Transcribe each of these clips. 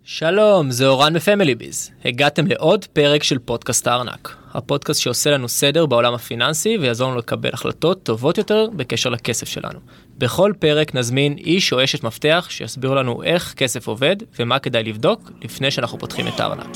שלום, זה אורן מפמילי ביז. הגעתם לעוד פרק של פודקאסט הארנק. הפודקאסט שעושה לנו סדר בעולם הפיננסי ויעזור לנו לקבל החלטות טובות יותר בקשר לכסף שלנו. בכל פרק נזמין איש או אשת מפתח שיסבירו לנו איך כסף עובד ומה כדאי לבדוק לפני שאנחנו פותחים את הארנק.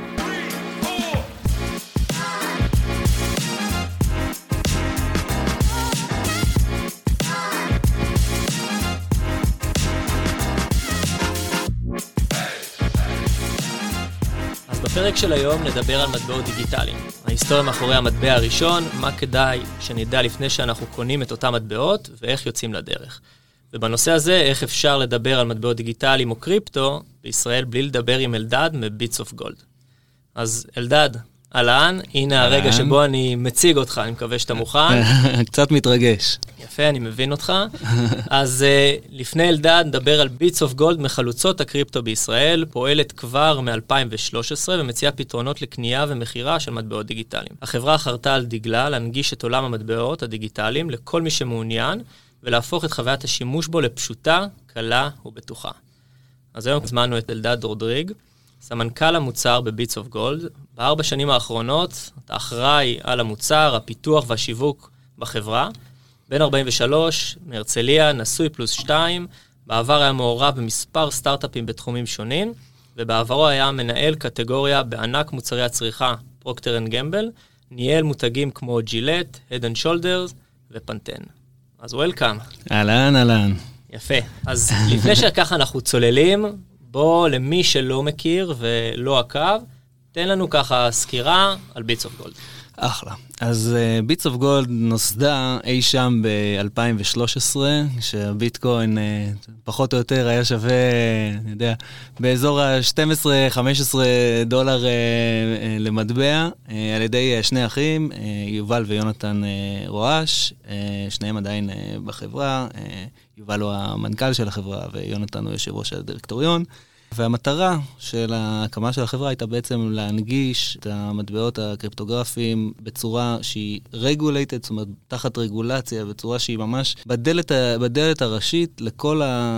בפרק של היום נדבר על מטבעות דיגיטליים. ההיסטוריה מאחורי המטבע הראשון, מה כדאי שנדע לפני שאנחנו קונים את אותם מטבעות ואיך יוצאים לדרך. ובנושא הזה, איך אפשר לדבר על מטבעות דיגיטליים או קריפטו בישראל בלי לדבר עם אלדד מביטס אוף גולד. אז אלדד, אהלן, הנה הרגע שבו אני מציג אותך, אני מקווה שאתה מוכן. קצת מתרגש. יפה, אני מבין אותך. אז לפני אלדד נדבר על ביטס אוף גולד מחלוצות הקריפטו בישראל, פועלת כבר מ-2013 ומציעה פתרונות לקנייה ומחירה של מטבעות דיגיטליים. החברה חרתה על דגלה להנגיש את עולם המטבעות הדיגיטליים לכל מי שמעוניין, ולהפוך את חוויית השימוש בו לפשוטה, קלה ובטוחה. אז היום הזמנו את אלדד רודריג, סמנכ"ל המוצר בביטס אוף גולד. ב4 שנים האחרונות אתה אחראי על המוצר, הפיתוח והשיווק בחברה. בן 43, מהרצליה, נשוי +2, בעבר היה מעורב במספר סטארט-אפים בתחומים שונים, ובעברו היה מנהל קטגוריה בענק מוצרי הצריכה, פרוקטר אנד גמבל, ניהל מותגים כמו ג'ילט, הד אנד שולדרס ופנטן. אז וולקאם. אהלן, אהלן. יפה. אז לפני שככה אנחנו צוללים, בוא למי שלא מכיר ולא עקב, תן לנו ככה סקירה על ביטס אוף גולד. אחלה. אז ביטס אוף גולד נוסדה אי שם ב-2013, שהביטקוין פחות או יותר היה שווה, אני יודע, באזור ה-12-15 דולר למטבע, על ידי שני אחים, יובל ויונתן רואש, שניהם עדיין בחברה, יובל הוא המנכ"ל של החברה ויונתן הוא יושב ראש הדירקטוריון. והמטרה של ההקמה של החברה הייתה בעצם להנגיש את המטבעות הקריפטוגרפיים בצורה שהיא regulated, זאת אומרת, תחת רגולציה, בצורה שהיא ממש בדלת הראשית לכל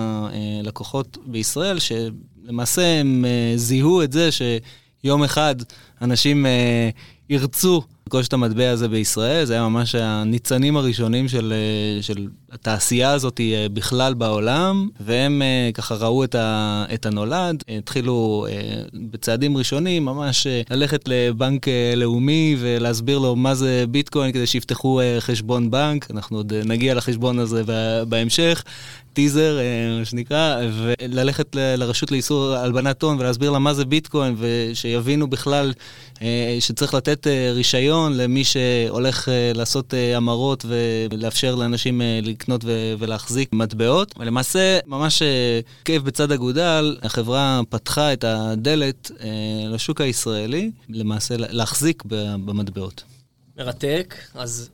הלקוחות בישראל, שלמעשה הם זיהו את זה שיום אחד אנשים ירצו לקוש את המטבע הזה בישראל. זה היה ממש הניצנים הראשונים של התעשייה הזאת בכלל בעולם, והם ככה ראו את הנולד, התחילו בצעדים ראשונים ממש ללכת לבנק לאומי ולהסביר לו מה זה ביטקוין כדי שיפתחו חשבון בנק. אנחנו עוד נגיע לחשבון הזה בהמשך, טיזר, מה שנקרא, וללכת לרשות לאיסור הלבנת הון ולהסביר לה מה זה ביטקוין, ושיבינו בכלל שצריך לתת רישיון למי שהולך לעשות אמרות ולאפשר לאנשים לקנות ולהחזיק מטבעות. ולמעשה, ממש כיף בצד אגודל, החברה פתחה את הדלת לשוק הישראלי, למעשה להחזיק במטבעות. מרתק. אז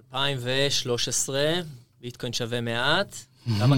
2013, ביטקוין שווה מעט. כמה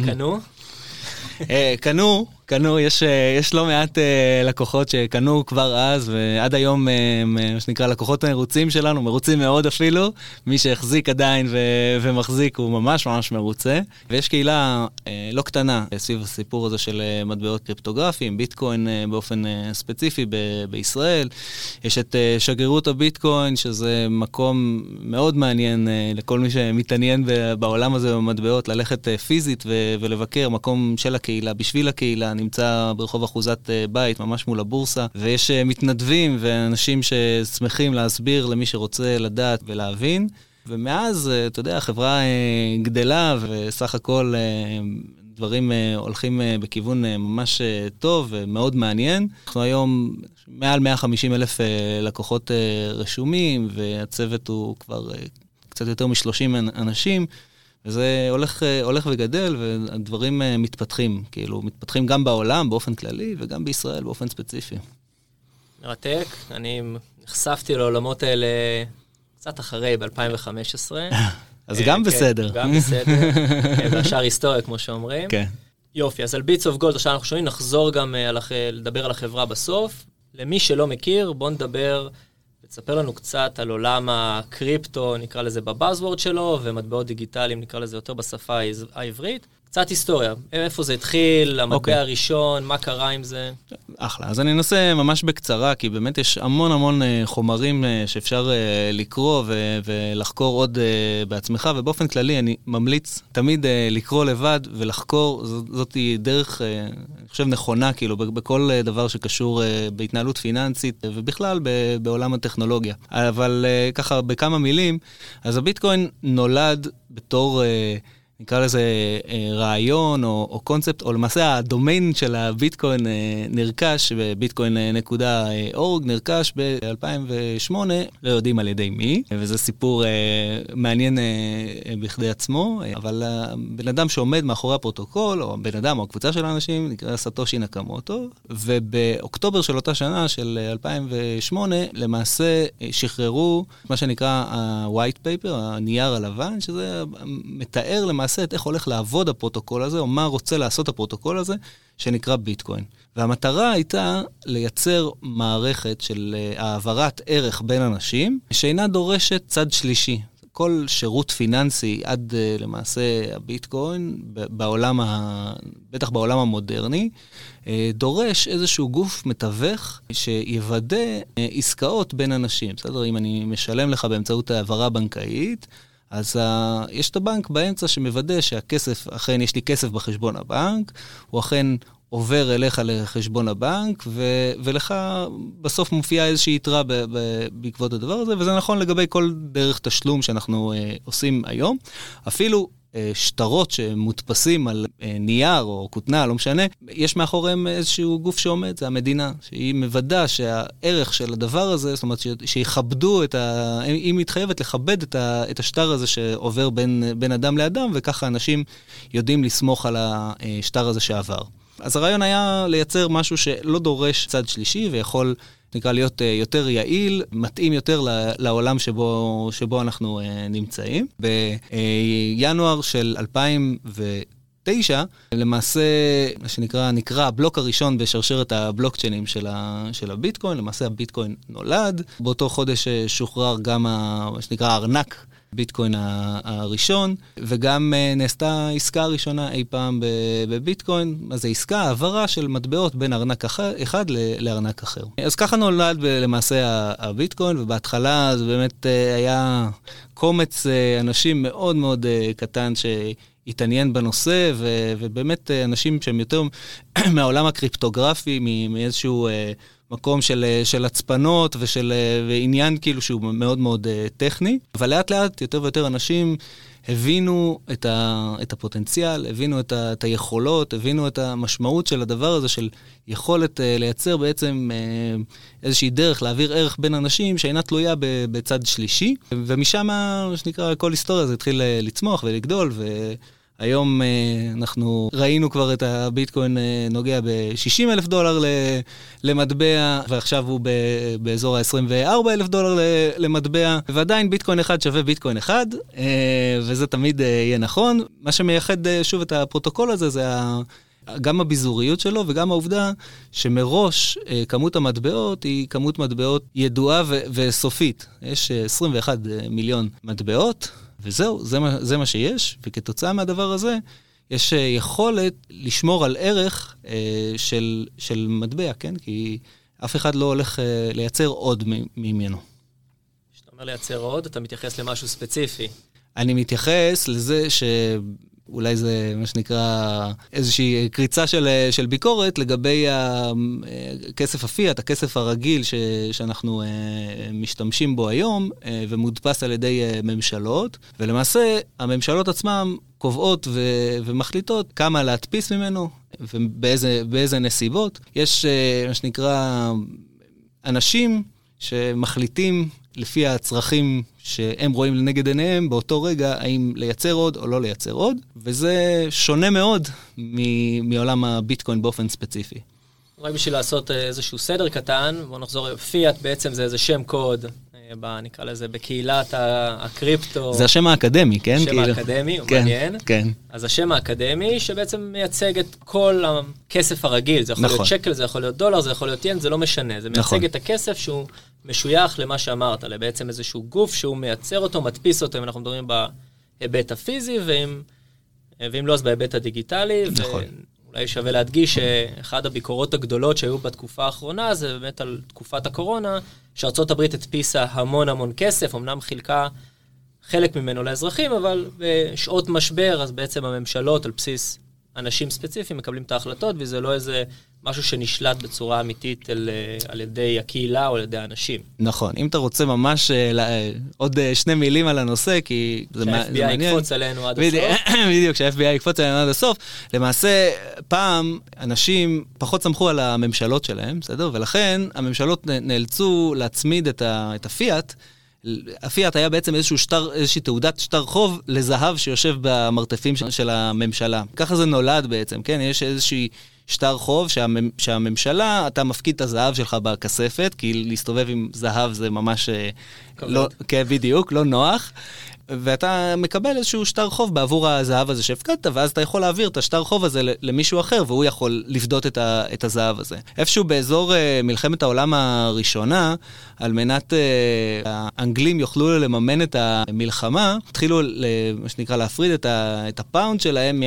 קנו? קנו, יש לא מעט לקוחות שקנו כבר אז, ועד היום, מה שנקרא, לקוחות מרוצים שלנו, מרוצים מאוד אפילו, מי שהחזיק עדיין ומחזיק הוא ממש ממש מרוצה, ויש קהילה לא קטנה סביב הסיפור הזה של מטבעות קריפטוגרפיים, ביטקוין באופן ספציפי בישראל, יש את שגרירות הביטקוין, שזה מקום מאוד מעניין לכל מי שמתעניין בעולם הזה במטבעות, ללכת פיזית ולבקר, מקום של הקהילה, בשביל הקהילה, נמצא ברחוב אחוזת בית, ממש מול הבורסה, ויש מתנדבים ואנשים ששמחים להסביר למי שרוצה לדעת ולהבין, ומאז, אתה יודע, החברה גדלה, וסך הכל דברים הולכים בכיוון ממש טוב ומאוד מעניין. אנחנו היום מעל 150,000 לקוחות רשומים, והצוות הוא כבר קצת יותר מ-30 אנשים, וזה הולך וגדל, והדברים מתפתחים, כאילו, מתפתחים גם בעולם באופן כללי, וגם בישראל באופן ספציפי. מרתק, אני נחשפתי לעולמות האלה קצת אחרי, ב-2015. אז גם בסדר. גם בסדר, והשאר היסטוריה, כמו שאומרים. כן. יופי, אז על ביטס אוף גולד, עכשיו אנחנו שומעים, נחזור גם לדבר על החברה בסוף. למי שלא מכיר, בוא נדבר תספר לנו קצת על עולם הקריפטו, נקרא לזה בבאזוורד שלו, ומטבעות דיגיטליים, נקרא לזה יותר בשפה העברית. קצת היסטוריה, איפה זה התחיל, המטבע הראשון, מה קרה עם זה? אחלה, אז אני אנסה ממש בקצרה, כי באמת יש המון המון חומרים שאפשר לקרוא ולחקור עוד בעצמך, ובאופן כללי אני ממליץ תמיד לקרוא לבד ולחקור, זאת היא דרך, אני חושב, נכונה, כאילו, בכל דבר שקשור בהתנהלות פיננסית, ובכלל בעולם הטכנולוגיה. אבל ככה, בכמה מילים, אז הביטקוין נולד בתור נקרא לזה רעיון או קונספט, או למעשה הדומיין של הביטקוין נרכש, בביטקוין.org נרכש ב-2008, לא יודעים על ידי מי, וזה סיפור מעניין בכדי עצמו, אבל הבן אדם שעומד מאחורי הפרוטוקול, או הבן אדם או הקבוצה של האנשים, נקרא סטושי נקמוטו, ובאוקטובר של אותה שנה, של 2008, למעשה שחררו מה שנקרא ה-white paper, הנייר הלבן, שזה מתאר למעשה את איך הולך לעבוד הפרוטוקול הזה, או מה רוצה לעשות הפרוטוקול הזה, שנקרא ביטקוין. והמטרה הייתה לייצר מערכת של העברת ערך בין אנשים, שאינה דורשת צד שלישי. כל שירות פיננסי עד למעשה הביטקוין, בטח בעולם המודרני, דורש איזשהו גוף מתווך שיוודא עסקאות בין אנשים. בסדר? אם אני משלם לך באמצעות העברה בנקאית, אז יש את הבנק באמצע שמוודא שהכסף, אכן יש לי כסף בחשבון הבנק, הוא אכן עובר אליך לחשבון הבנק, ולך בסוף מופיעה איזושהי יתרה בעקבות הדבר הזה, וזה נכון לגבי כל דרך תשלום שאנחנו עושים היום. אפילו שטרות שמודפסים על נייר או כותנה, לא משנה, יש מאחוריהם איזשהו גוף שעומד, זה המדינה, שהיא מוודא שהערך של הדבר הזה, זאת אומרת שיכבדו היא מתחייבת לכבד את השטר הזה שעובר בין אדם לאדם, וככה אנשים יודעים לסמוך על השטר הזה שעבר. אז הרעיון היה לייצר משהו שלא דורש צד שלישי, ויכול נקרא להיות יותר יעיל, מתאים יותר לעולם שבו אנחנו נמצאים. בינואר של 2009, למעשה, מה נקרא הבלוק הראשון בשרשרת הבלוקצ'יינים של הביטקוין, למעשה הביטקוין נולד. באותו חודש שוחרר גם מה שנקרא הארנק, ביטקוין הראשון, וגם נעשתה עסקה הראשונה אי פעם בביטקוין, אז זה עסקה, העברה של מטבעות בין ארנק אחד לארנק אחר. אז ככה נולד למעשה הביטקוין, ובהתחלה זה באמת היה קומץ אנשים מאוד מאוד קטן שהתעניין בנושא, ובאמת אנשים שהם יותר מהעולם הקריפטוגרפי, מאיזשהו מקום של הצפנות ועניין כאילו שהוא מאוד מאוד טכני, אבל לאט לאט יותר ויותר אנשים הבינו את הפוטנציאל, הבינו את היכולות, הבינו את המשמעות של הדבר הזה, של יכולת לייצר בעצם איזושהי דרך להעביר ערך בין אנשים שאינה תלויה בצד שלישי, ומשם מה שנקרא כל היסטוריה זה התחיל לצמוח ולגדול, היום אנחנו ראינו כבר את הביטקוין נוגע $60,000 למטבע, ועכשיו הוא באזור $24,000 למטבע, ועדיין ביטקוין אחד שווה ביטקוין אחד, וזה תמיד יהיה נכון. מה שמייחד שוב את הפרוטוקול הזה זה גם הביזוריות שלו וגם העובדה שמראש כמות המטבעות היא כמות מטבעות ידועה וסופית. יש 21 מיליון מטבעות, וזהו, זה מה שיש, וכתוצאה מהדבר הזה, יש יכולת לשמור על ערך של מטבע, כן? כי אף אחד לא הולך לייצר עוד ממנו. כשאתה אומר לייצר עוד, אתה מתייחס למשהו ספציפי. אני מתייחס לזה אולי זה מה שנקרא איזושהי קריצה של ביקורת לגבי הכסף הפיאט, הכסף הרגיל שאנחנו משתמשים בו היום ומודפס על ידי ממשלות, ולמעשה הממשלות עצמם קובעות ומחליטות כמה להדפיס ממנו ובאיזה נסיבות. יש מה שנקרא אנשים שמחליטים לפי הצרכים שהם רואים לנגד עיניהם, באותו רגע, האם לייצר עוד או לא לייצר עוד, וזה שונה מאוד מעולם הביטקוין באופן ספציפי. רק בשביל לעשות איזשהו סדר קטן, בואו נחזור, פיאט בעצם זה איזה שם קוד, נקרא לזה בקהילת הקריפטו. זה השם האקדמי, כן? השם האקדמי, הוא מעניין. כן. אז השם האקדמי שבעצם מייצג את כל הכסף הרגיל, זה יכול להיות שקל, זה יכול להיות דולר, זה יכול להיות ין, זה לא משנה, זה מייצג את הכסף שהוא משוייך למה שאמרת, לבעצם איזשהו גוף שהוא מייצר אותו, מדפיס אותו, אם אנחנו מדברים בהיבט הפיזי, ואם ואם לא, אז בהיבט הדיגיטלי. נכון. אולי שווה להדגיש שאחד הביקורות הגדולות שהיו בתקופה האחרונה, זה באמת על תקופת הקורונה, שארצות הברית הדפיסה המון כסף, אמנם חילקה חלק ממנו לאזרחים, אבל בשעות משבר, אז בעצם הממשלות על בסיס אנשים ספציפיים מקבלים את ההחלטות, וזה לא איזה משהו שנשלט בצורה אמיתית על ידי הקהילה או על ידי האנשים. נכון, אם אתה רוצה ממש עוד 2 מילים על הנושא, כי זה מעניין. שה-FBI יקפוץ עלינו עד הסוף. בדיוק, שה-FBI יקפוץ עלינו עד הסוף. למעשה, פעם אנשים פחות סמכו על הממשלות שלהם, בסדר? ולכן הממשלות נאלצו להצמיד את הפיאט. הפיאט היה בעצם איזושהי תעודת שטר חוב לזהב שיושב במרתפים של הממשלה. ככה זה נולד בעצם, כן? יש איזושהי שטר חוב שהממשלה, אתה מפקיד את הזהב שלך בכספת, כי להסתובב עם זהב זה ממש לא, כן, בדיוק, לא נוח. ואתה מקבל איזשהו שטר חוב בעבור הזהב הזה שהפקדת, ואז אתה יכול להעביר את השטר חוב הזה למישהו אחר, והוא יכול לפדות את הזהב הזה. איפשהו באזור מלחמת העולם הראשונה, על מנת האנגלים יוכלו לממן את המלחמה, התחילו, מה שנקרא, להפריד את הפאונד שלהם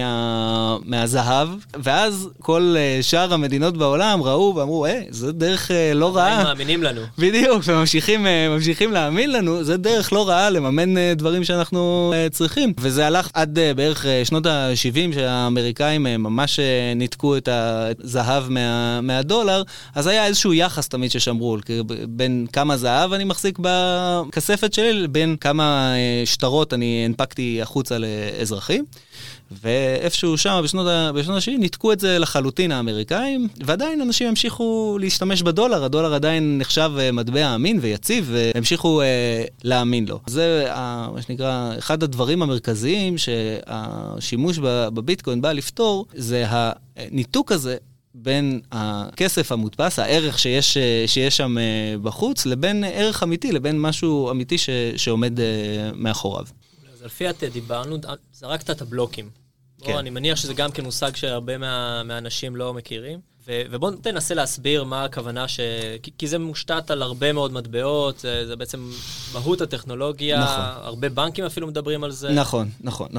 מהזהב, ואז כל שאר המדינות בעולם ראו ואמרו, זה דרך לא רעה. הם מאמינים לנו. בדיוק, וממשיכים להאמין לנו, זה דרך לא רעה לממן דברים שאנחנו צריכים. וזה הלך עד בערך שנות ה-70, שהאמריקאים ממש ניתקו את הזהב מהדולר, אז היה איזשהו יחס תמיד ששמרו, בין כמה זהב אני מחזיק בכספת שלי, לבין כמה שטרות אני הנפקתי החוצה לאזרחים. ואיפשהו שם, בשנות ה-70, ניתקו את זה לחלוטין האמריקאים, ועדיין אנשים המשיכו להשתמש בדולר, הדולר עדיין נחשב מטבע אמין ויציב, והמשיכו להאמין לו. זה, מה שנקרא, אחד הדברים המרכזיים שהשימוש בביטקוין בא לפתור, זה הניתוק הזה בין הכסף המודפס, הערך שיש שם בחוץ, לבין ערך אמיתי, לבין משהו אמיתי שעומד מאחוריו. אז על פיאט דיברנו, זרקת את הבלוקים. כן. אני מניח שזה גם כן מושג שהרבה מהאנשים לא מכירים. ובואו תנסה להסביר מה הכוונה כי זה מושתת על הרבה מאוד מטבעות, זה בעצם מהות הטכנולוגיה, נכון. הרבה בנקים אפילו מדברים על זה. נכון.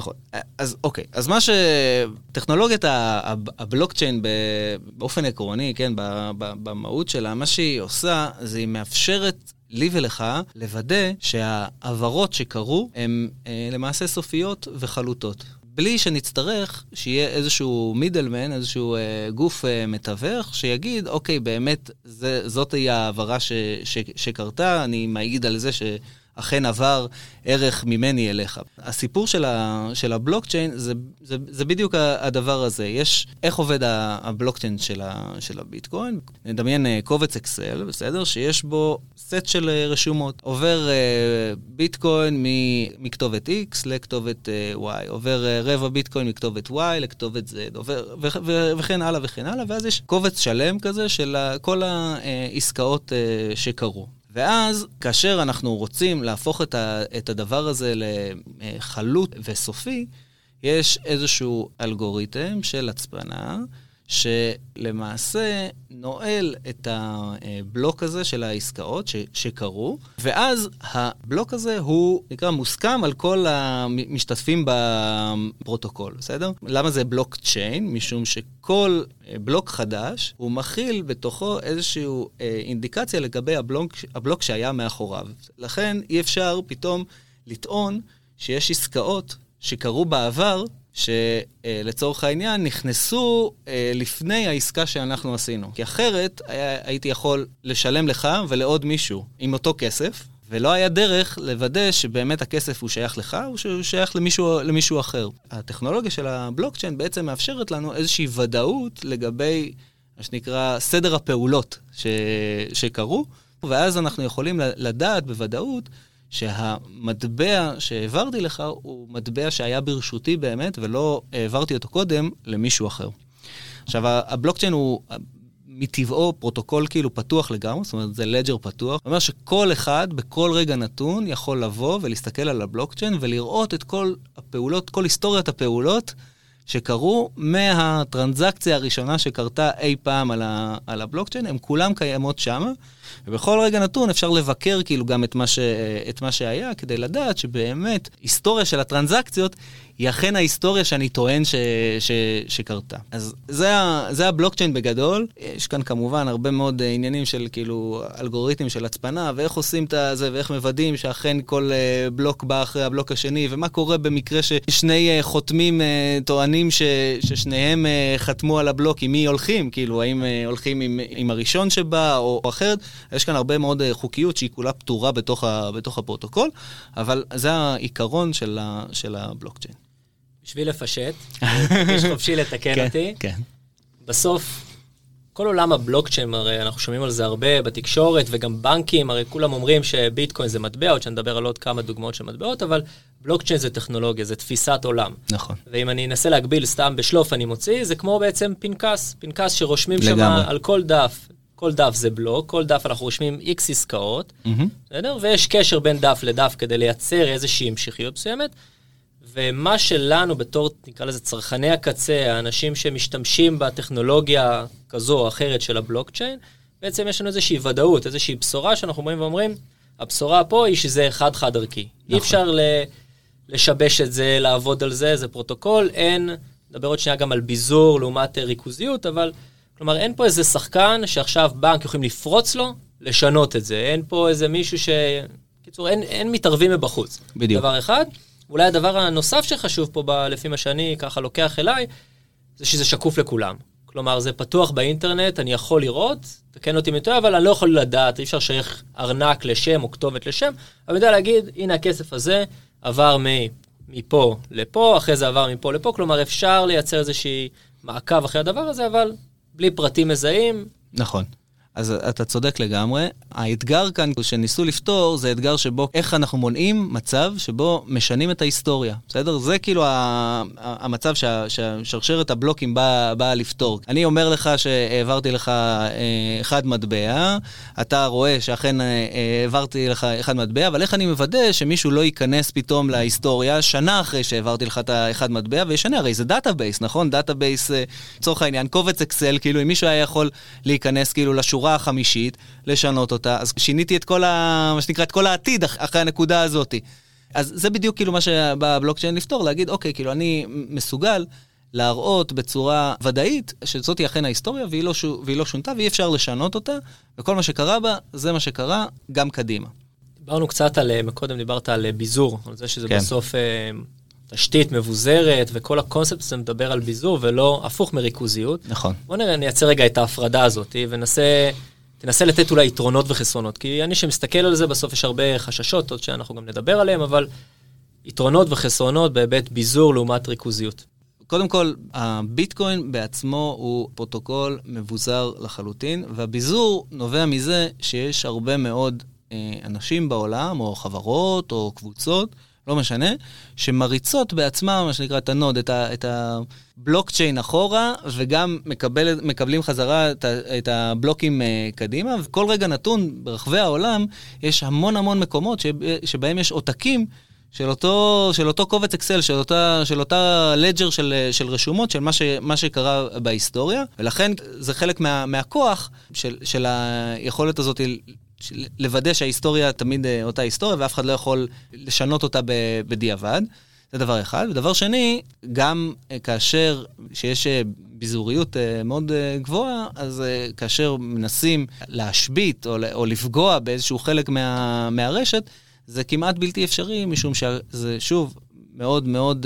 אז אוקיי, אז מה שטכנולוגיית הבלוקצ'יין באופן עקרוני, כן, במהות שלה, מה שהיא עושה, זה היא מאפשרת לי ולך לוודא שהעברות שקרו הן למעשה סופיות וחלוטות. בלי שנצטרך שיהיה איזשהו מידלמן, איזשהו גוף מתווך, שיגיד, אוקיי, באמת, זאת היא העברה שקרתה, אני מעיד על זה שאכן עבר ערך ממני אליך. הסיפור של הבלוקצ'יין, זה בדיוק הדבר הזה. איך עובד הבלוקצ'יין של הביטקוין? נדמיין קובץ אקסל, בסדר? שיש בו סט של רשומות. עובר ביטקוין מכתובת X לכתובת Y. עובר רבע ביטקוין מכתובת Y לכתובת Z. וכן הלאה וכן הלאה. ואז יש קובץ שלם כזה של כל העסקאות שקרו. ואז, כאשר אנחנו רוצים להפוך את הדבר הזה לחלוט וסופי, יש איזשהו אלגוריתם של הצפנה, שלמעשה נועל את הבלוק הזה של העסקאות שקרו, ואז הבלוק הזה הוא נקרא מוסכם על כל המשתתפים בפרוטוקול, בסדר? למה זה בלוקצ'יין? משום שכל בלוק חדש הוא מכיל בתוכו איזושהי אינדיקציה לגבי הבלוק שהיה מאחוריו. לכן אי אפשר פתאום לטעון שיש עסקאות שקרו בעבר, שלצורך העניין נכנסו לפני העסקה שאנחנו עשינו. כי אחרת הייתי יכול לשלם לך ולעוד מישהו עם אותו כסף, ולא היה דרך לוודא שבאמת הכסף הוא שייך לך או שהוא שייך למישהו אחר. הטכנולוגיה של הבלוקצ'יין בעצם מאפשרת לנו איזושהי ודאות לגבי מה שנקרא סדר הפעולות שקרו, ואז אנחנו יכולים לדעת בוודאות שהמטבע שהעברתי לך הוא מטבע שהיה ברשותי באמת, ולא העברתי אותו קודם למישהו אחר. עכשיו, הבלוקצ'יין הוא מטבעו פרוטוקול כאילו פתוח לגמרי, זאת אומרת, זה לג'ר פתוח. זאת אומרת שכל אחד בכל רגע נתון יכול לבוא ולהסתכל על הבלוקצ'יין ולראות את כל הפעולות, כל היסטוריית הפעולות שקרו מהטרנזקציה הראשונה שקרתה אי פעם על הבלוקצ'יין, הן כולם קיימות שם, ובכל רגע נתון אפשר לבקר כאילו גם את מה שהיה, כדי לדעת שבאמת היסטוריה של הטרנזקציות היא אכן ההיסטוריה שאני טוען שקרתה. אז זה הבלוקצ'יין בגדול. יש כאן כמובן הרבה מאוד עניינים של כאילו אלגוריתמים של הצפנה, ואיך עושים את זה, ואיך מוודאים שאכן כל בלוק בא אחרי הבלוק השני, ומה קורה במקרה ששני חותמים טוענים ששניהם חתמו על הבלוק, עם מי הולכים, כאילו האם הולכים עם הראשון שבא או אחרת. יש כאן הרבה מאוד חוקיות שהיא כולה פתורה בתוך הפרוטוקול, אבל זה העיקרון של הבלוקצ'יין. בשביל לפשט, יש חופשי לתקן אותי. כן. בסוף, כל עולם הבלוקצ'יין, הרי אנחנו שומעים על זה הרבה בתקשורת, וגם בנקים, הרי כולם אומרים שביטקוין זה מטבע, עוד שנדבר על עוד כמה דוגמאות של מטבעות, אבל בלוקצ'יין זה טכנולוגיה, זה תפיסת עולם. נכון. ואם אני אנסה להגביל סתם בשלוף אני מוציא, זה כמו בעצם פנקס שרושמים שם על כל דף. כל דף זה בלוק, כל דף אנחנו רושמים X עסקאות, בסדר? ויש קשר בין דף לדף כדי לייצר איזושהי המשכיות מסוימת, ומה שלנו בתור, נקרא לזה צרכני הקצה, האנשים שמשתמשים בטכנולוגיה כזו או אחרת של הבלוקצ'יין, בעצם יש לנו איזושהי ודאות, איזושהי בשורה שאנחנו אומרים ואומרים, הבשורה פה היא שזה חד ערכי. אי אפשר לשבש את זה, לעבוד על זה, זה פרוטוקול, אין, נדבר עוד שנייה גם על ביזור לעומת ריכוזיות, אבל כלומר אין פה איזה שחקן שעכשיו בנק יכולים לפרוץ לו, לשנות את זה. אין פה איזה מישהו קיצור, אין מתערבים מבחוץ. בדיוק. דבר אחד, אולי הדבר הנוסף שחשוב פה, לפי מה שאני ככה לוקח אליי, זה שזה שקוף לכולם. כלומר, זה פתוח באינטרנט, אני יכול לראות, תקן אותי מטוע, אבל אני לא יכול לדעת, אי אפשר שייך ארנק לשם או כתובת לשם, אבל יודע להגיד, הנה הכסף הזה עבר מפה לפה, אחרי זה עבר מפה לפה, כלומר, אפשר לייצר איזושהי מעקב אחרי הדבר הזה, אבל בלי פרטים מזהים. נכון. אז אתה צודק לגמרי. האתגר כאן שניסו לפתור, זה אתגר שבו איך אנחנו מונעים מצב שבו משנים את ההיסטוריה. בסדר? זה כאילו המצב שהשרשרת הבלוקים באה לפתור. אני אומר לך שהעברתי לך אחד מטבע, אתה רואה שאכן העברתי לך אחד מטבע, אבל איך אני מוודא שמישהו לא ייכנס פתאום להיסטוריה שנה אחרי שהעברתי לך את האחד מטבע, וישנה, הרי זה דאטאבייס, נכון? דאטאבייס, צורך העניין, קובץ אקסל, כאילו אם מישהו היה יכול להיכנס כאילו לשורה החמישית, לשנות אותה, אז שיניתי את כל מה שנקרא, את כל העתיד אחרי הנקודה הזאת. אז זה בדיוק כאילו מה שבבלוקצ'יין לפתור, להגיד, אוקיי, כאילו אני מסוגל להראות בצורה ודאית, שזאת היא אכן ההיסטוריה, והיא לא שונתה, ואי אפשר לשנות אותה, וכל מה שקרה בה, זה מה שקרה גם קדימה. דיברנו קצת מקודם דיברת על ביזור, על זה שזה בסוף תשתית מבוזרת, וכל הקונספט הזה מדבר על ביזור, ולא הפוך מריכוזיות. נכון. בוא נייצר רגע את ההפרדה הזאת, תנסה לתת אולי יתרונות וחסרונות, כי אני שמסתכל על זה, בסוף יש הרבה חששות, עוד שאנחנו גם נדבר עליהם, אבל יתרונות וחסרונות בהיבט ביזור לעומת ריכוזיות. קודם כל, הביטקוין בעצמו הוא פרוטוקול מבוזר לחלוטין, והביזור נובע מזה שיש הרבה מאוד אנשים בעולם, או חברות, או קבוצות, לא משנה, שמריצות בעצמה, מה שנקרא, את הנוד, את הבלוקצ'יין אחורה, וגם מקבלים חזרה את הבלוקים קדימה, וכל רגע נתון ברחבי העולם, יש המון מקומות שבהם יש עותקים של אותו קובץ אקסל, של אותה לג'ר של רשומות, של מה שקרה בהיסטוריה, ולכן זה חלק מהכוח של היכולת הזאת לוודא שההיסטוריה תמיד אותה היסטוריה, ואף אחד לא יכול לשנות אותה בדיעבד. זה דבר אחד. ודבר שני, גם כאשר שיש ביזוריות מאוד גבוהה, אז כאשר מנסים להשבית או לפגוע באיזשהו חלק מהרשת, זה כמעט בלתי אפשרי, משום שזה שוב מאוד מאוד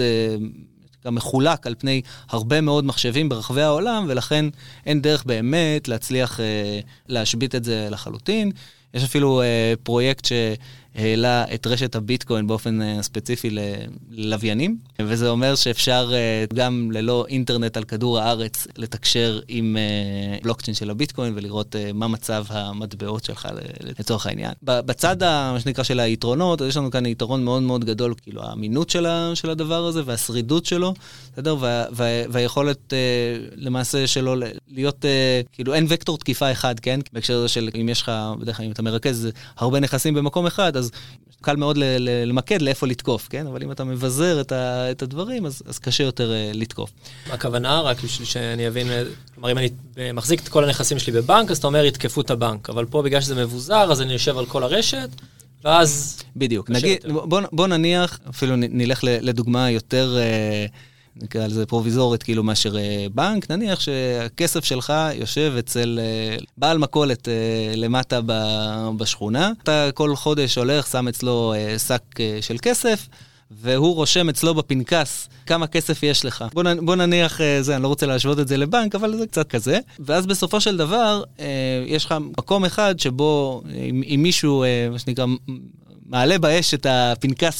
גם מחולק על פני הרבה מאוד מחשבים ברחבי העולם, ולכן אין דרך באמת להצליח להשבית את זה לחלוטין. יש אפילו פרויקט שהעלה את רשת הביטקוין באופן ספציפי ללוויינים, וזה אומר שאפשר גם ללא אינטרנט על כדור הארץ לתקשר עם בלוקצ'יין של הביטקוין ולראות מה מצב המטבעות שלך לצורך העניין. בצד מה שנקרא של היתרונות, יש לנו כאן יתרון מאוד מאוד גדול, כאילו האמינות של הדבר הזה והשרידות שלו, בסדר? והיכולת למעשה שלו להיות, כאילו אין וקטור תקיפה אחד, כן? בהקשר הזה של אם יש לך, בדרך כלל אם אתה מרכז הרבה נכסים במקום אחד, אז קל מאוד למקד לאיפה לתקוף, כן? אבל אם אתה מבזר את הדברים, אז קשה יותר לתקוף. הכוונה, רק בשביל שאני אבין, כלומר, אם אני מחזיק את כל הנכסים שלי בבנק, אז אתה אומר, יתקפו את הבנק. אבל פה, בגלל שזה מבוזר, אז אני יושב על כל הרשת, ואז... בדיוק. בוא נניח, אפילו נלך לדוגמה יותר, נקרא לזה פרוביזורית, כאילו מאשר בנק, נניח שהכסף שלך יושב אצל בעל מכולת למטה בשכונה, אתה כל חודש הולך, שם אצלו שק של כסף, והוא רושם אצלו בפנקס כמה כסף יש לך. בוא נניח זה, אני לא רוצה להשוות את זה לבנק, אבל זה קצת כזה. ואז בסופו של דבר, יש לך מקום אחד שבו, אם מישהו, מה שנקרא, מעלה באש את הפנקס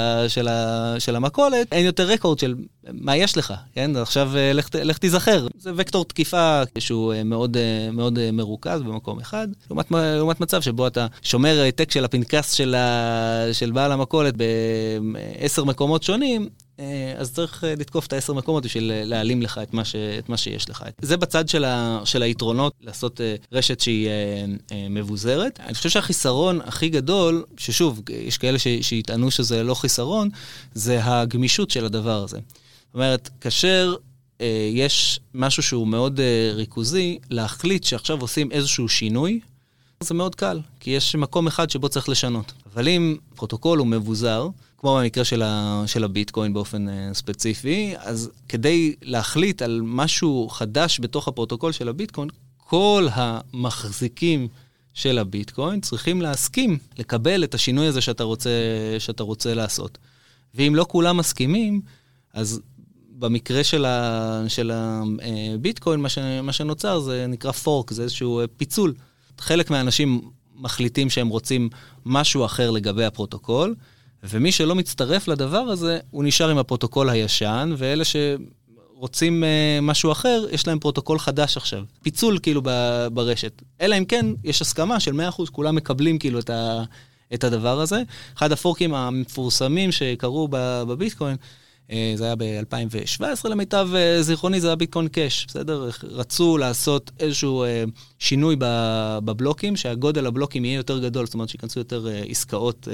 של המכולת, אין יותר רקורד של מה יש לך, כן? עכשיו לך תיזכר. זה וקטור תקיפה שהוא מאוד, מאוד מרוכז במקום אחד, לעומת מצב שבו אתה שומר העתק של הפנקס של בעל המכולת ב10 מקומות שונים, אז צריך לתקוף את 10 מקומות בשביל להעלים לך את מה שיש לך. זה בצד של היתרונות, לעשות רשת שהיא מבוזרת. אני חושב שהחיסרון הכי גדול, ששוב, יש כאלה שיטענו שזה לא חיסרון, זה הגמישות של הדבר הזה. זאת אומרת, כאשר יש משהו שהוא מאוד ריכוזי, להחליט שעכשיו עושים איזשהו שינוי, זה מאוד קל, כי יש מקום אחד שבו צריך לשנות. אבל אם פרוטוקול הוא מבוזר, כמו במקרה של הביטקוין באופן ספציפי, אז כדי להחליט על משהו חדש בתוך הפרוטוקול של הביטקוין, כל המחזיקים של הביטקוין צריכים להסכים לקבל את השינוי הזה שאתה רוצה לעשות. ואם לא כולם מסכימים, אז במקרה של הביטקוין, מה שנוצר זה נקרא פורק, זה איזשהו פיצול. חלק מהאנשים מחליטים שהם רוצים משהו אחר לגבי הפרוטוקול, ומי שלא מצטרף לדבר הזה, הוא נשאר עם הפרוטוקול הישן, ואלה שרוצים משהו אחר, יש להם פרוטוקול חדש עכשיו. פיצול כאילו ברשת. אלא אם כן, יש הסכמה של 100%, כולם מקבלים כאילו את הדבר הזה. אחד הפורקים המפורסמים שקרו בביטקוין, זה היה ב-2017 למיטב זיכרוני, זה היה ביטקוין קאש, בסדר? רצו לעשות איזשהו שינוי בבלוקים, שהגודל הבלוקים יהיה יותר גדול, זאת אומרת שיכנסו יותר עסקאות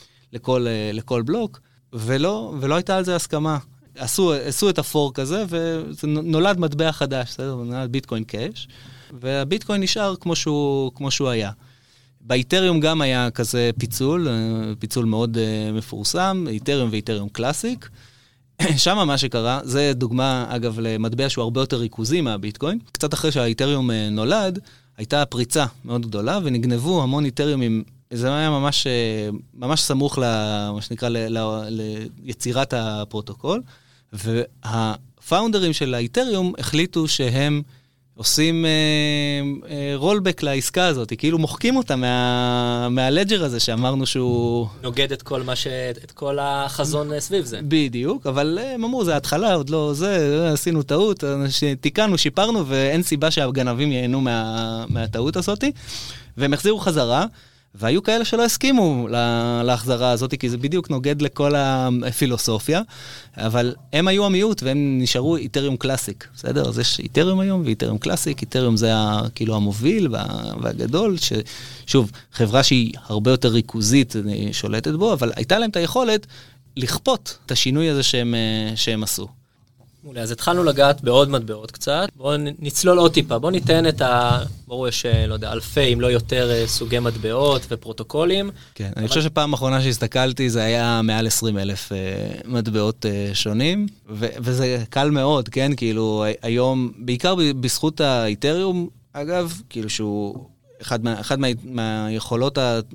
לכל בלוק, ולא הייתה על זה הסכמה. עשו את הפורק הזה, ונולד מטבע חדש, בסדר? נולד ביטקוין קאש, והביטקוין נשאר כמו שהוא היה. באיתריום גם היה כזה פיצול מאוד מפורסם, איתריום ואיתריום קלאסיק. שם מה שקרה, זה דוגמה, אגב, למטבע שהוא הרבה יותר ריכוזי מהביטקוין. קצת אחרי שהאיתריום נולד, הייתה פריצה מאוד גדולה, ונגנבו המון איתריומים. זה היה ממש סמוך מה שנקרא ליצירת הפרוטוקול, והפאונדרים של האיתריום החליטו שהם עושים רולבק לעסקה הזאת, כאילו מוחקים אותה מהלג'ר הזה שאמרנו שהוא... נוגד את כל החזון סביב זה. בדיוק, אבל הם אמרו, זה ההתחלה, עוד לא זה, עשינו טעות, תיקנו, שיפרנו, ואין סיבה שהגנבים ייהנו מהטעות הזאת, והם החזירו חזרה, והיו כאלה שלא הסכימו להחזרה הזאת, כי זה בדיוק נוגד לכל הפילוסופיה, אבל הם היו המיעוט, והם נשארו איתריום קלאסיק, בסדר? אז יש איתריום היום ואיתריום קלאסיק, איתריום זה כאילו המוביל והגדול, ששוב, חברה שהיא הרבה יותר ריכוזית שולטת בו, אבל הייתה להם את היכולת לכפות את השינוי הזה שהם עשו. מעולה, אז התחלנו לגעת בעוד מטבעות קצת, בואו נצלול עוד טיפה, בואו ניתן ברור יש, לא יודע, אלפי, אם לא יותר, סוגי מטבעות ופרוטוקולים. כן, אני חושב שפעם האחרונה שהסתכלתי, זה היה מעל 20,000 מטבעות שונים, וזה קל מאוד, כן, כאילו, היום, בעיקר בזכות האיתריום, אגב, כאילו שהוא... אחד מהיכולות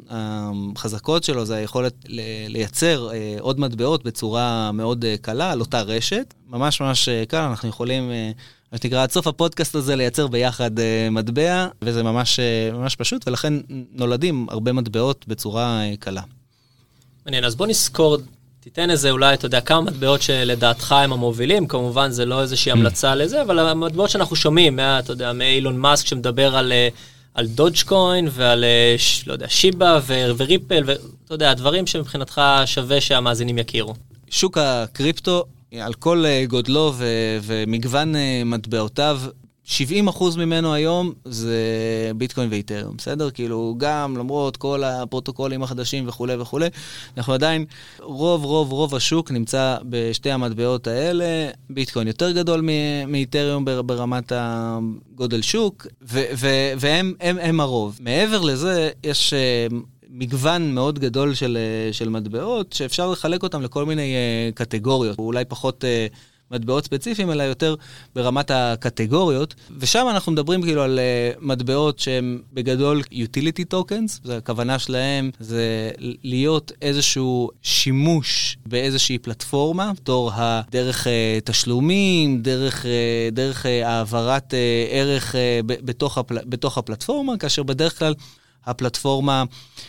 החזקות שלו זה היכולת לייצר עוד מטבעות בצורה מאוד קלה על אותה רשת. ממש קל, אנחנו יכולים, מה שנקרא, עד סוף הפודקאסט הזה לייצר ביחד מטבע, וזה ממש פשוט, ולכן נולדים הרבה מטבעות בצורה קלה. מעניין, אז בוא נזכור, תיתן איזה אולי, אתה יודע, כמה מטבעות שלדעתך הם המובילים, כמובן זה לא איזושהי המלצה לזה, אבל המטבעות שאנחנו שומעים, אתה יודע, מאילון מאסק שמדבר על דודג'קוין ועל, לא יודע, שיבה וריפל, ואתה יודע, הדברים שמבחינתך שווה שהמאזינים יכירו. שוק הקריפטו, על כל גודלו ומגוון מטבעותיו, 70% ממנו היום זה ביטקוין ואיתריום, בסדר? כאילו גם למרות כל הפרוטוקולים החדשים וכו' וכו', אנחנו עדיין, רוב השוק נמצא בשתי המטבעות האלה, ביטקוין יותר גדול מאיתריום ברמת הגודל שוק, והם הרוב. מעבר לזה, יש מגוון מאוד גדול של מטבעות, שאפשר לחלק אותם לכל מיני קטגוריות, אולי פחות מטבעות ספציפיים, אלא יותר ברמת הקטגוריות, ושם אנחנו מדברים כאילו על מטבעות שהם בגדול utility tokens, הכוונה שלהם זה להיות איזשהו שימוש באיזושהי פלטפורמה, בתור דרך תשלומים, דרך העברת ערך בתוך הפלטפורמה, כאשר בדרך כלל הפלטפורמה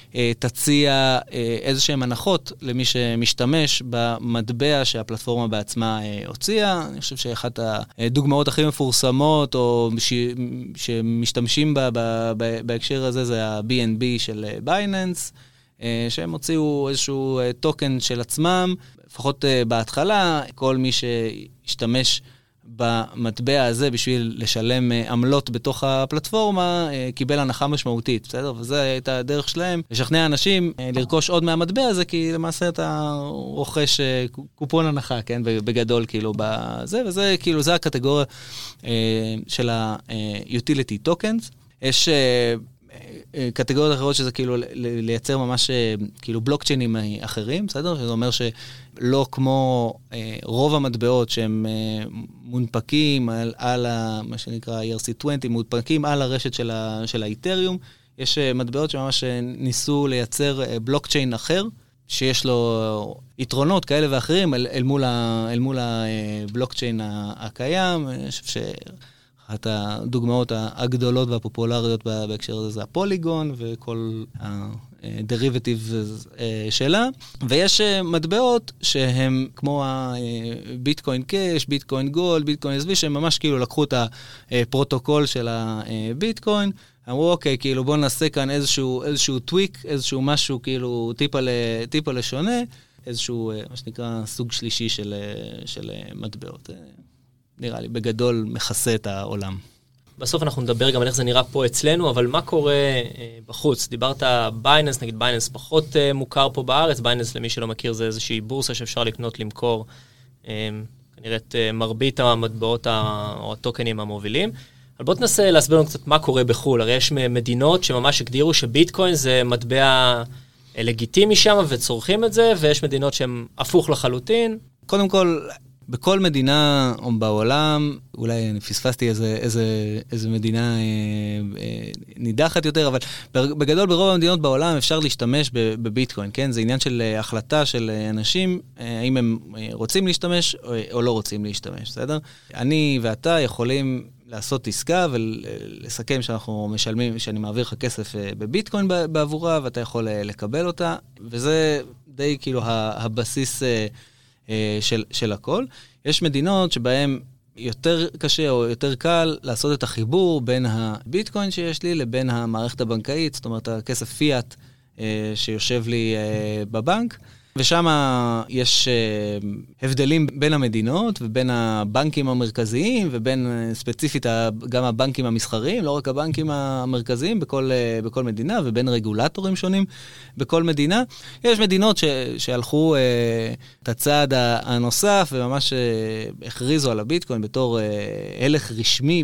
תציע איזשהם הנחות למי שמשתמש במטבע שהפלטפורמה בעצמה הוציאה. אני חושב שאחת הדוגמאות הכי מפורסמות או שמשתמשים בהקשר הזה זה ה-BNB של בייננס, שהם הוציאו איזשהו טוקן של עצמם, לפחות בהתחלה, כל מי שהשתמש במטבע הזה בשביל לשלם עמלות בתוך הפלטפורמה, קיבל הנחה משמעותית, בסדר? וזו הייתה הדרך שלהם, לשכנע אנשים לרכוש עוד מהמטבע הזה, כי למעשה אתה רוכש קופון הנחה, כן? בגדול כאילו בזה, וזה כאילו, זה הקטגוריה של ה-utility tokens. יש קטגוריות אחרות שזה כאילו לייצר ממש כאילו בלוקצ'יינים אחרים, בסדר? שזה אומר שלא כמו רוב המטבעות שהם מונפקים על מה שנקרא ERC20, מונפקים על הרשת של האיתריום, יש מטבעות שממש ניסו לייצר בלוקצ'יין אחר, שיש לו יתרונות כאלה ואחרים אל מול הבלוקצ'יין הקיים. אני חושב אחת הדוגמאות הגדולות והפופולריות בהקשר הזה זה הפוליגון וכל הדריבטיב שלה. ויש מטבעות שהם כמו הביטקוין קאש, ביטקוין גולד, ביטקוין SV, שהם ממש כאילו לקחו את הפרוטוקול של הביטקוין, אמרו אוקיי, כאילו בואו נעשה כאן איזשהו טוויק, איזשהו משהו כאילו טיפה לשונה, איזשהו מה שנקרא סוג שלישי של מטבעות. נראה לי, בגדול מכסה את העולם. בסוף אנחנו נדבר גם על איך זה נראה פה אצלנו, אבל מה קורה בחוץ? דיברת בייננס, נגיד בייננס פחות מוכר פה בארץ, בייננס למי שלא מכיר זה איזושהי בורסה שאפשר לקנות, למכור, כנראה את מרבית המטבעות או הטוקנים המובילים. אבל בוא תנסה להסביר לנו קצת מה קורה בחו"ל, הרי יש מדינות שממש הגדירו שביטקוין זה מטבע לגיטימי שם וצורכים את זה, ויש מדינות שהן הפוך לחלוטין. קודם כל, בכל מדינה או בעולם, אולי אני פספסתי איזה מדינה נידחת יותר, אבל בגדול ברוב המדינות בעולם אפשר להשתמש בביטקוין, כן? זה עניין של החלטה של אנשים, האם הם רוצים להשתמש או לא רוצים להשתמש, בסדר? אני ואתה יכולים לעשות עסקה ולסכם שאנחנו משלמים, שאני מעביר לך כסף בביטקוין בעבורה, ואתה יכול לקבל אותה, וזה די כאילו הבסיס של הכל. יש מדינות שבהן יותר קשה או יותר קל לעשות את החיבור בין הביטקוין שיש לי לבין המערכת הבנקאית, זאת אומרת הכסף פיאט שיושב לי בבנק, ושם יש הבדלים בין המדינות ובין הבנקים המרכזיים ובין ספציפית גם הבנקים המסחריים, לא רק הבנקים המרכזיים בכל מדינה, ובין רגולטורים שונים בכל מדינה. יש מדינות שהלכו את הצעד הנוסף וממש הכריזו על הביטקוין בתור הלך רשמי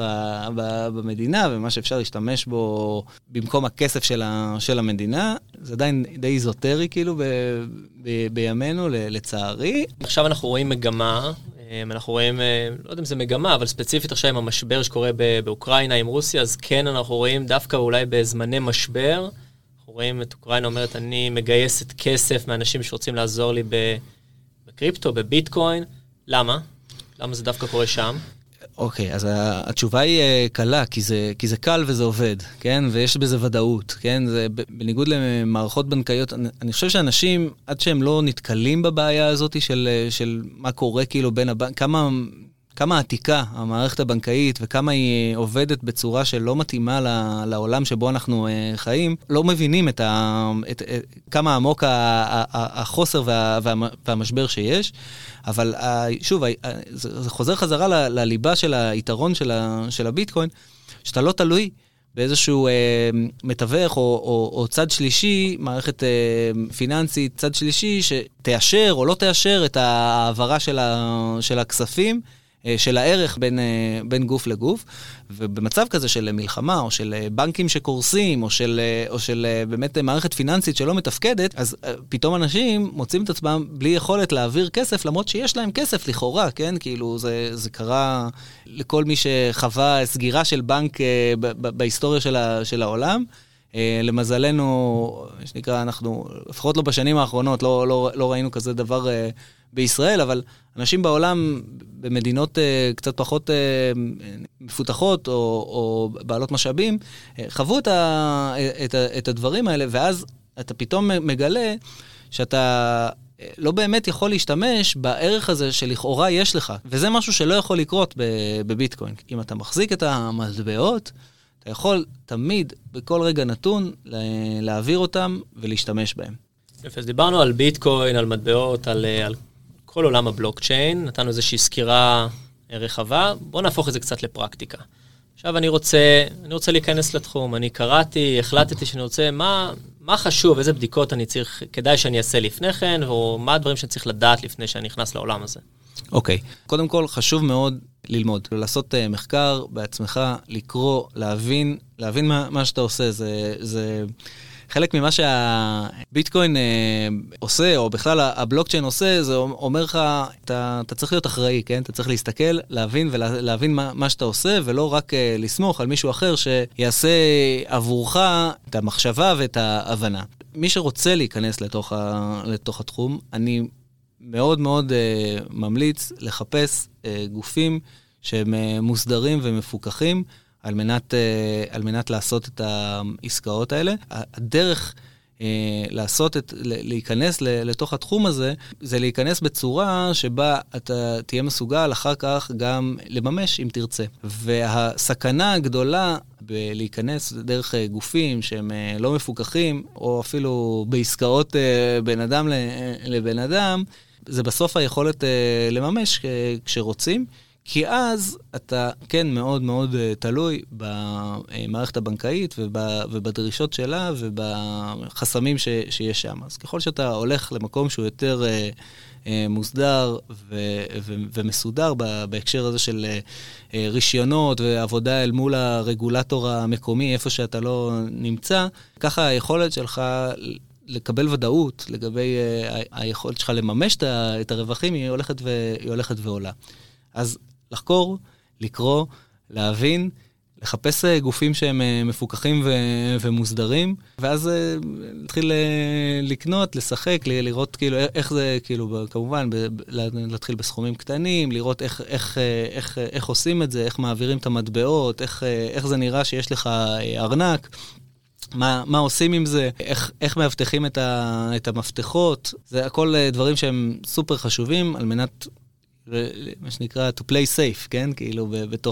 במדינה, ומה שאפשר להשתמש בו במקום הכסף של המדינה. זה עדיין די איזוטרי כאילו בימינו, לצערי. עכשיו אנחנו רואים מגמה, אנחנו רואים, לא יודע אם זה מגמה, אבל ספציפית עכשיו עם המשבר שקורה באוקראינה עם רוסיה, אז כן אנחנו רואים דווקא אולי בזמני משבר, אנחנו רואים את אוקראינה אומרת, אני מגייסת כסף מאנשים שרוצים לעזור לי בקריפטו, בביטקוין. למה? למה זה דווקא קורה שם? אוקיי, אז התשובה היא קלה, כי זה קל וזה עובד, כן? ויש בזה ודאות, כן? זה בניגוד למערכות בנקאיות, אני חושב שאנשים, עד שהם לא נתקלים בבעיה הזאת של מה קורה כאילו בין הבנק, כמה עתיקה המערכת הבנקאית וכמה היא עובדת בצורה שלא מתאימה לעולם שבו אנחנו חיים, לא מבינים כמה עמוק החוסר והמשבר שיש. אבל שוב, זה חוזר חזרה לליבה של היתרון של הביטקוין, שאתה לא תלוי באיזשהו מתווך או צד שלישי, מערכת פיננסית, צד שלישי, שתאשר או לא תאשר את העברה של הכספים של הערך בין גוף לגוף, ובמצב כזה של מלחמה, או של בנקים שקורסים, או של באמת מערכת פיננסית שלא מתפקדת, אז פתאום אנשים מוצאים את עצמם בלי יכולת להעביר כסף, למרות שיש להם כסף לכאורה, כן? כאילו זה קרה לכל מי שחווה סגירה של בנק בהיסטוריה של העולם. למזלנו, שנקרא, אנחנו, לפחות לא בשנים האחרונות, לא ראינו כזה דבר בישראל, אבל אנשים בעולם, במדינות קצת פחות מפותחות או בעלות משאבים, חוו את הדברים האלה, ואז אתה פתאום מגלה שאתה לא באמת יכול להשתמש בערך הזה שלכאורה יש לך, וזה משהו שלא יכול לקרות בביטקוין. אם אתה מחזיק את המטבעות, אתה יכול תמיד, בכל רגע נתון, להעביר אותם ולהשתמש בהם. אז דיברנו על ביטקוין, על מטבעות, על כל עולם הבלוקצ'יין, נתנו איזושהי סקירה רחבה, בואו נהפוך את זה קצת לפרקטיקה. עכשיו אני רוצה להיכנס לתחום, אני קראתי, החלטתי שאני רוצה, מה חשוב, איזה בדיקות כדאי שאני אעשה לפני כן, או מה הדברים שאני צריך לדעת לפני שאני נכנס לעולם הזה. אוקיי. קודם כל, חשוב מאוד ללמוד, לעשות מחקר בעצמך, לקרוא, להבין מה שאתה עושה. זה חלק ממה שהביטקוין עושה, או בכלל הבלוקצ'יין עושה, זה אומר לך, אתה צריך להיות אחראי, כן? אתה צריך להסתכל, להבין מה שאתה עושה, ולא רק לסמוך על מישהו אחר שיעשה עבורך את המחשבה ואת ההבנה. מי שרוצה להיכנס לתוך התחום, אני מאוד מאוד ממליץ לחפש גופים שהם מוסדרים ומפוקחים על מנת לעשות את העסקאות האלה. הדרך להיכנס לתוך התחום הזה, זה להיכנס בצורה שבה אתה תהיה מסוגל אחר כך גם לממש אם תרצה. והסכנה הגדולה בלהיכנס דרך גופים שהם לא מפוקחים, או אפילו בעסקאות בין אדם לבן אדם, זה בסוף היכולת לממש כשרוצים, כי אז אתה כן מאוד מאוד תלוי במערכת הבנקאית ובדרישות שלה ובחסמים שיש שם. אז ככל שאתה הולך למקום שהוא יותר מוסדר ומסודר בהקשר הזה של רישיונות ועבודה אל מול הרגולטור המקומי, איפה שאתה לא נמצא, ככה היכולת שלך לקבל ודאות לגבי היכולת שלך לממש את הרווחים, היא הולכת ועולה. אז לחקור, לקרוא, להבין, לחפש גופים שהם מפוקחים ומוסדרים, ואז להתחיל לקנות, לשחק, לראות כאילו איך זה, כאילו כמובן, להתחיל בסכומים קטנים, לראות איך עושים את זה, איך מעבירים את המטבעות, איך זה נראה שיש לך ארנק, מה עושים עם זה, איך מאבטחים את המפתחות, זה הכל דברים שהם סופר חשובים על מנת מה שנקרא to play safe, כן? כאילו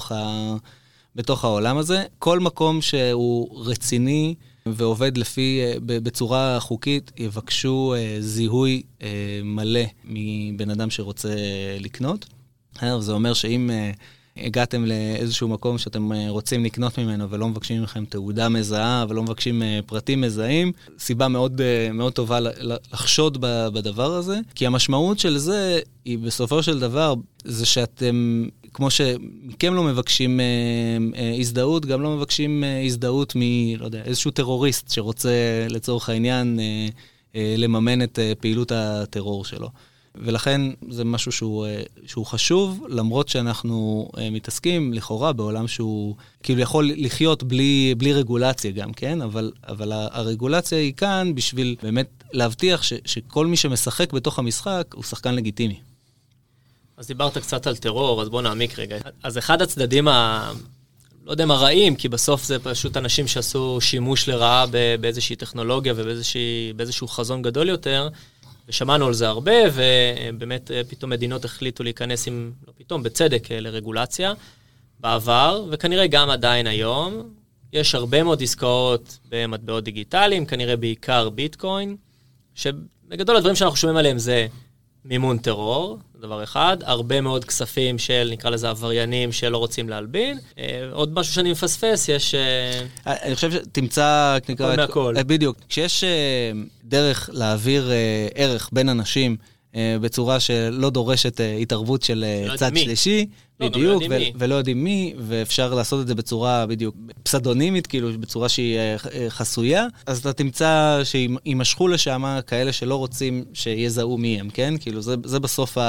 בתוך העולם הזה. כל מקום שהוא רציני ועובד בצורה חוקית, יבקשו זיהוי מלא מבן אדם שרוצה לקנות. זה אומר שאם הגעתם לאיזשהו מקום שאתם רוצים לקנות ממנו ולא מבקשים מכם תעודה מזהה ולא מבקשים פרטים מזהים, סיבה מאוד, מאוד טובה לחשוד בדבר הזה, כי המשמעות של זה היא בסופו של דבר זה שאתם, כמו שמכם לא מבקשים הזדהות, גם לא מבקשים הזדהות לא יודע, איזשהו טרוריסט שרוצה לצורך העניין לממן את פעילות הטרור שלו. ולכן זה משהו שהוא חשוב, למרות שאנחנו מתעסקים לכאורה בעולם שהוא כאילו יכול לחיות בלי רגולציה גם, כן? אבל הרגולציה היא כאן בשביל באמת להבטיח שכל מי שמשחק בתוך המשחק הוא שחקן לגיטימי. אז דיברת קצת על טרור, אז בוא נעמיק רגע. אז אחד הצדדים לא יודע מה רעים, כי בסוף זה פשוט אנשים שעשו שימוש לרעה באיזושהי טכנולוגיה ובאיזשהו חזון גדול יותר, ושמענו על זה הרבה, ובאמת פתאום מדינות החליטו להיכנס לא פתאום, בצדק לרגולציה בעבר, וכנראה גם עדיין היום. יש הרבה מאוד עסקאות במטבעות דיגיטליים, כנראה בעיקר ביטקוין, שבגדול הדברים שאנחנו שומעים עליהם זה מימון טרור, דבר אחד, הרבה מאוד כספים של, נקרא לזה, עבריינים שלא רוצים להלבין. עוד משהו שאני מפספס, יש אני חושב שתמצא, נקרא מהכל. בדיוק. כשיש דרך להעביר ערך בין אנשים בצורה שלא דורשת התערבות של צד שלישי, בדיוק, ולא יודעים מי, ואפשר לעשות את זה בצורה בדיוק פסדונימית, כאילו בצורה שהיא חסויה, אז אתה תמצא שימשכו לשם כאלה שלא רוצים שיזהו מי הם, כן? כאילו זה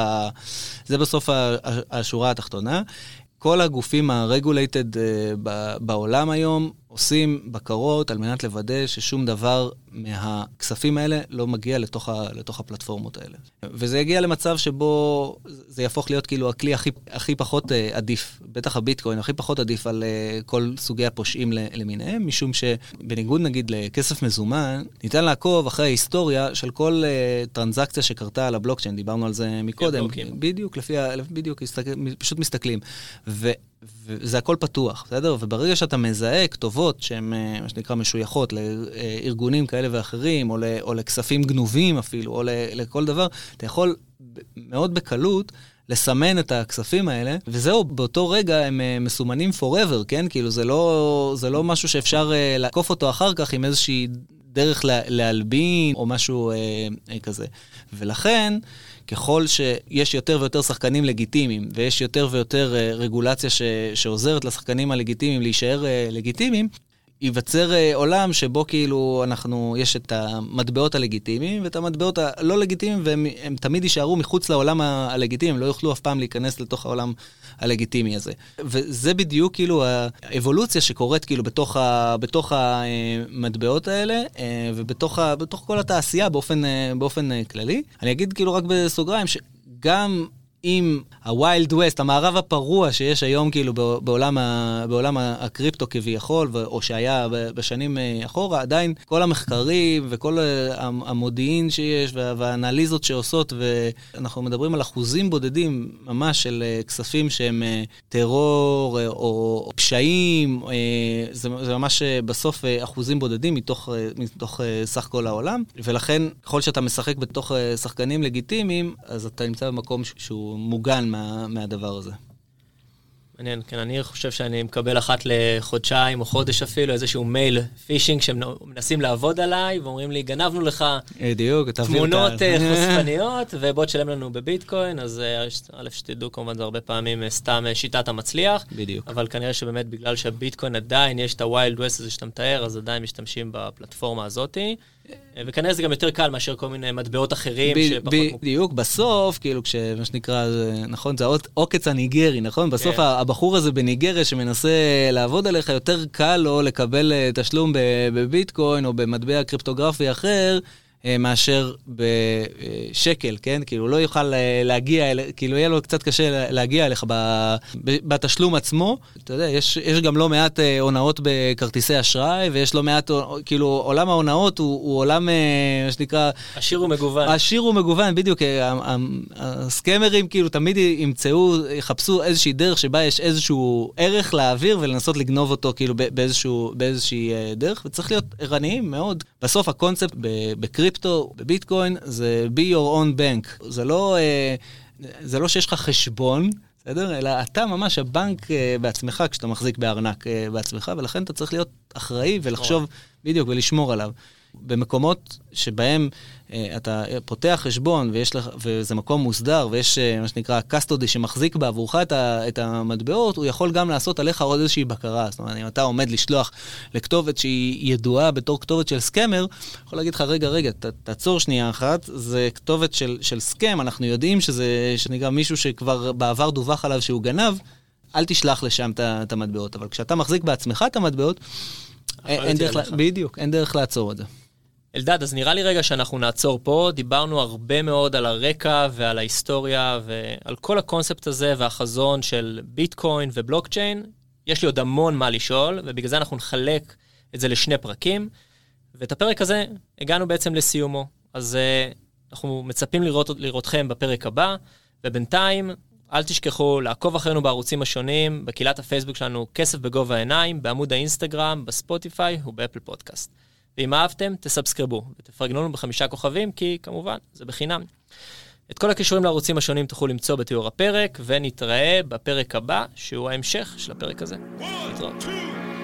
בסוף השורה התחתונה. כל הגופים הרגולייטד בעולם היום עושים בקרות על מנת לוודא ששום דבר מהכספים האלה לא מגיע לתוך הפלטפורמות האלה. וזה יגיע למצב שבו זה יהפוך להיות כאילו הכלי הכי פחות עדיף, בטח הביטקוין הכי פחות עדיף על כל סוגי הפושעים למיניהם, משום שבניגוד נגיד לכסף מזומן, ניתן לעקוב אחרי ההיסטוריה של כל טרנזקציה שקרתה על הבלוקצ'יין, דיברנו על זה מקודם, בדיוק, בדיוק, פשוט מסתכלים. וזה הכל פתוח, בסדר? וברגע שאתה מזהה כתובות שהן, מה שנקרא, משויכות לארגונים כאלה ואחרים, או לכספים גנובים אפילו, או לכל דבר, אתה יכול מאוד בקלות לסמן את הכספים האלה, וזהו, באותו רגע הם מסומנים forever, כן? כאילו זה לא משהו שאפשר לעקוף אותו אחר כך עם איזושהי דרך להלבין, או משהו כזה. ולכן, ככל שיש יותר ויותר שחקנים לגיטימיים, ויש יותר ויותר רגולציה שעוזרת לשחקנים הלגיטימיים להישאר לגיטימיים, ייווצר עולם שבו כאילו יש את המטבעות הלגיטימיים, ואת המטבעות הלא לגיטימיים, והם תמיד יישארו מחוץ לעולם הלגיטימי, הם לא יוכלו אף פעם להיכנס לתוך העולם הלגיטימי הזה. וזה בדיוק כאילו האבולוציה שקורית כאילו בתוך המטבעות האלה, ובתוך כל התעשייה באופן כללי. אני אגיד כאילו רק בסוגריים, שגם עם הווילד ווסט, המערב הפרוע שיש היום כאילו בעולם הקריפטו כביכול, או שהיה בשנים אחורה, עדיין כל המחקרים וכל המודיעין שיש והאנליזות שעושות, ואנחנו מדברים על אחוזים בודדים ממש של כספים שהם טרור או פשעים, זה ממש בסוף אחוזים בודדים מתוך סך כל העולם, ולכן ככל שאתה משחק בתוך שחקנים לגיטימיים, אז אתה נמצא במקום שהוא מוגן מהדבר הזה. מעניין, כן, אני חושב שאני מקבל אחת לחודשיים או חודש אפילו, איזשהו מייל פישינג שמנסים לעבוד עליי, ואומרים לי, גנבנו לך תמונות חושפניות, ובוא תשלם לנו בביטקוין, אז א' שתדעו, כמובן זה הרבה פעמים סתם שיטת המצליח, בדיוק. אבל כנראה שבאמת בגלל שהביטקוין עדיין יש את הווילד ווסט הזה שאתה מתאר, אז עדיין משתמשים בפלטפורמה הזאת, וכנראה זה גם יותר קל מאשר כל מיני מטבעות אחרים שפחות בדיוק, בסוף, כאילו כשמה שנקרא, נכון, זה העוקץ הניגרי, נכון? בסוף הבחור הזה בניגריה שמנסה לעבוד עליך, יותר קל לו לקבל תשלום בביטקוין או במטבע קריפטוגרפי אחר, מאשר בשקל, כן? כאילו לא יוכל להגיע, כאילו יהיה לו קצת קשה להגיע אליך בתשלום עצמו. אתה יודע, יש גם לא מעט הונאות בכרטיסי אשראי, ויש לא מעט, כאילו עולם ההונאות הוא עולם, מה שנקרא... עשיר ומגוון. עשיר ומגוון, בדיוק. הסקמרים כאילו תמיד יחפשו איזושהי דרך שבה יש איזשהו ערך להעביר, ולנסות לגנוב אותו כאילו באיזושהי דרך, וצריך להיות ערניים מאוד. בסוף הקונספט בקריפטו, בביטקוין, זה be your own bank. זה לא שיש לך חשבון, בסדר? אלא אתה ממש הבנק בעצמך, כשאתה מחזיק בארנק בעצמך, ולכן אתה צריך להיות אחראי ולחשוב בדיוק ולשמור עליו. במקומות שבהם אתה פותח חשבון וזה מקום מוסדר, ויש מה שנקרא קסטודי שמחזיק בעבורך את המטבעות, הוא יכול גם לעשות עליך עוד איזושהי בקרה. זאת אומרת, אם אתה עומד לשלוח לכתובת שהיא ידועה בתור כתובת של סקמר, יכול להגיד לך, רגע, תעצור שנייה אחת, זה כתובת של סקם, אנחנו יודעים שזה שנקרא מישהו שכבר בעבר דווח עליו שהוא גנב, אל תשלח לשם את המטבעות. אבל כשאתה מחזיק בעצמך את המטבעות, אין דרך לעצור את זה. אלדד, אז נראה לי רגע שאנחנו נעצור פה, דיברנו הרבה מאוד על הרקע ועל ההיסטוריה ועל כל הקונספט הזה והחזון של ביטקוין ובלוקצ'יין. יש לי עוד המון מה לשאול, ובגלל זה אנחנו נחלק את זה לשני פרקים, ואת הפרק הזה הגענו בעצם לסיומו. אז אנחנו מצפים לראותכם בפרק הבא, ובינתיים אל תשכחו לעקוב אחרינו בערוצים השונים, בקהילת הפייסבוק שלנו כסף בגובה העיניים, בעמוד האינסטגרם, בספוטיפיי ובאפל פודקאסט. ואם אהבתם, תסאבסקריבו ותפרגנו לנו ב5 כוכבים, כי כמובן, זה בחינם. את כל הקישורים לערוצים השונים תוכלו למצוא בתיאור הפרק, ונתראה בפרק הבא, שהוא ההמשך של הפרק הזה. להתראות.